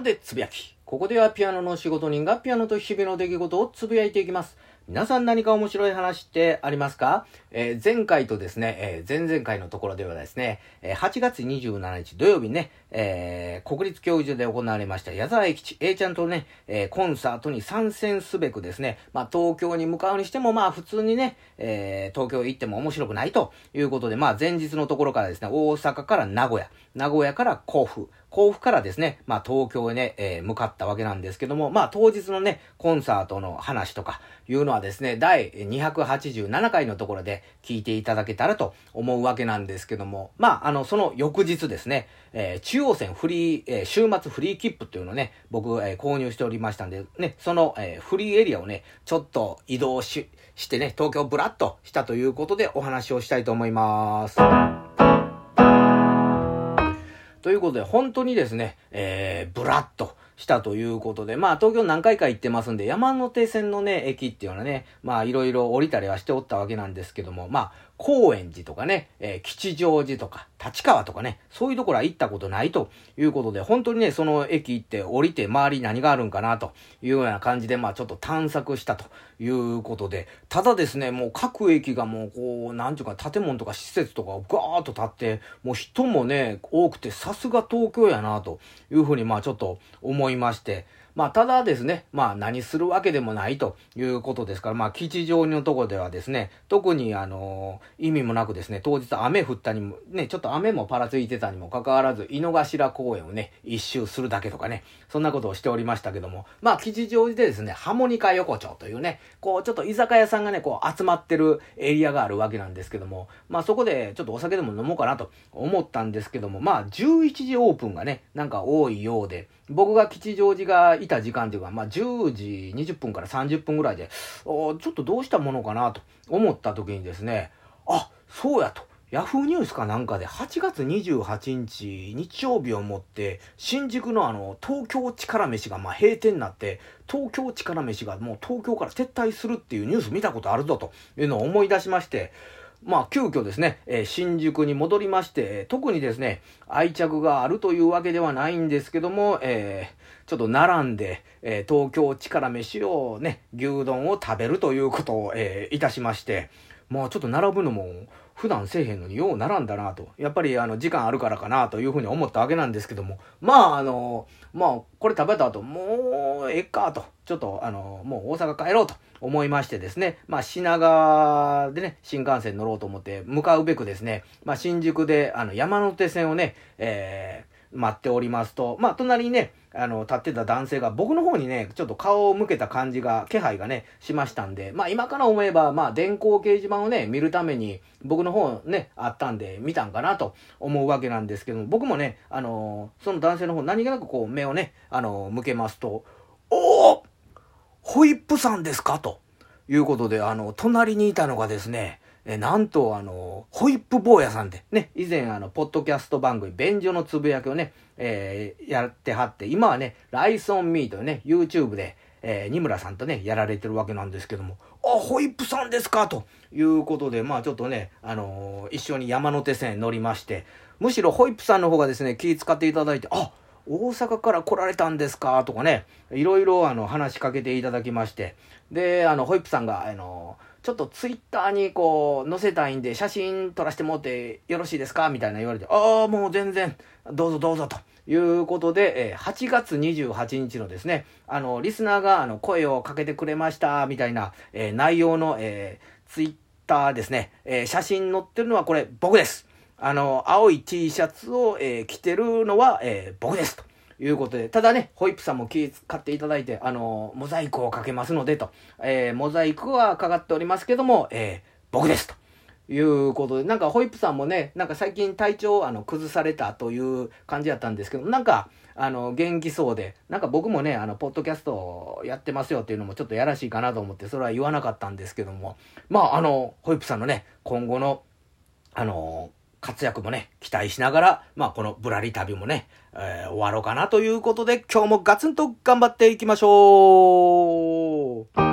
でつぶやき。ここではピアノの仕事人がピアノと日々の出来事をつぶやいていきます。皆さん何か面白い話ってありますか？前回とですね、前々回のところではですね、8月27日土曜日ね、国立競技場で行われました矢沢永吉 A ちゃんとね、コンサートに参戦すべくですね、東京に向かうにしても普通にね、東京行っても面白くないということで、前日のところからですね、大阪から名古屋から甲府からですね、東京へね、向かったわけなんですけども、当日のね、コンサートの話とかいうのはですね、第287回のところで聞いていただけたらと思うわけなんですけども、その翌日ですね、中央線週末フリー切符っていうのをね、僕、購入しておりましたんで、ね、その、フリーエリアをね、ちょっと移動してね、東京ブラッとしたということでお話をしたいと思います。ということで、本当にですね、ブラッとしたということで、東京何回か行ってますんで、山手線のね、駅っていうのはね、いろいろ降りたりはしておったわけなんですけども、高円寺とかね、吉祥寺とか、立川とかね、そういうところは行ったことないということで、本当にね、その駅行って降りて周りに何があるんかなというような感じで、ちょっと探索したということで、ただですね、もう各駅がもうこう、なんていうか、建物とか施設とかガーッと建って、もう人もね、多くて、さすが東京やなというふうにちょっと思いまして、ただですね、何するわけでもないということですから、吉祥寺のところではですね、特に意味もなくですね、当日雨降ったにも、ね、ちょっと雨もパラついてたにもかかわらず、井の頭公園をね、一周するだけとかね、そんなことをしておりましたけども、吉祥寺でですね、ハモニカ横丁というね、こう、ちょっと居酒屋さんがね、こう、集まってるエリアがあるわけなんですけども、そこでちょっとお酒でも飲もうかなと思ったんですけども、11時オープンがね、なんか多いようで、僕が吉祥寺がいた時間というか、10時20分から30分ぐらいで、ちょっとどうしたものかなと思った時にですね、そうやと。ヤフーニュースかなんかで8月28日日曜日をもって新宿の東京力飯が閉店になって、東京力飯がもう東京から撤退するっていうニュース見たことあるぞというのを思い出しまして、急遽ですね、新宿に戻りまして、特にですね、愛着があるというわけではないんですけども、ちょっと並んで、東京力飯をね、牛丼を食べるということを、いたしまして、ちょっと並ぶのも普段せえへんのによう並んだなと。やっぱり時間あるからかなというふうに思ったわけなんですけども。これ食べた後、もうええかと。ちょっともう大阪帰ろうと思いましてですね。品川でね、新幹線乗ろうと思って向かうべくですね、新宿で山手線をね、待っておりますと、隣にね、立ってた男性が僕の方にね、ちょっと顔を向けた気配がね、しましたんで、今から思えば、電光掲示板をね、見るために、僕の方ね、あったんで、見たんかなと思うわけなんですけども、僕もね、その男性の方、何気なくこう、目をね、向けますと、ホイップさんですかということで、隣にいたのがですね、なんとホイップ坊やさんでね、以前ポッドキャスト番組便所のつぶやきをね、やってはって、今はね、ライソンミーというね、YouTube で、二村さんとね、やられてるわけなんですけども、ホイップさんですかということで、ちょっとね、一緒に山手線乗りまして、むしろホイップさんの方がですね、気遣っていただいて、大阪から来られたんですかとかね、いろいろ話しかけていただきまして、で、ホイップさんが、ちょっとツイッターにこう載せたいんで写真撮らせてもらってよろしいですかみたいな言われて、もう全然どうぞどうぞということで、8月28日のですね、リスナーが声をかけてくれましたみたいな、内容の、ツイッターですね、写真載ってるのはこれ僕です。青い T シャツを、着てるのは、僕ですということで、ただね、ホイップさんも気遣っていただいて、モザイクをかけますのでと、モザイクはかかっておりますけども、僕ですということで、なんかホイップさんもね、なんか最近体調を崩されたという感じだったんですけど、なんか元気そうで、なんか僕もね、ポッドキャストやってますよっていうのもちょっとやらしいかなと思って、それは言わなかったんですけども、ホイップさんのね、今後の活躍もね、期待しながら、このぶらり旅もね、終わろうかなということで、今日もガツンと頑張っていきましょう。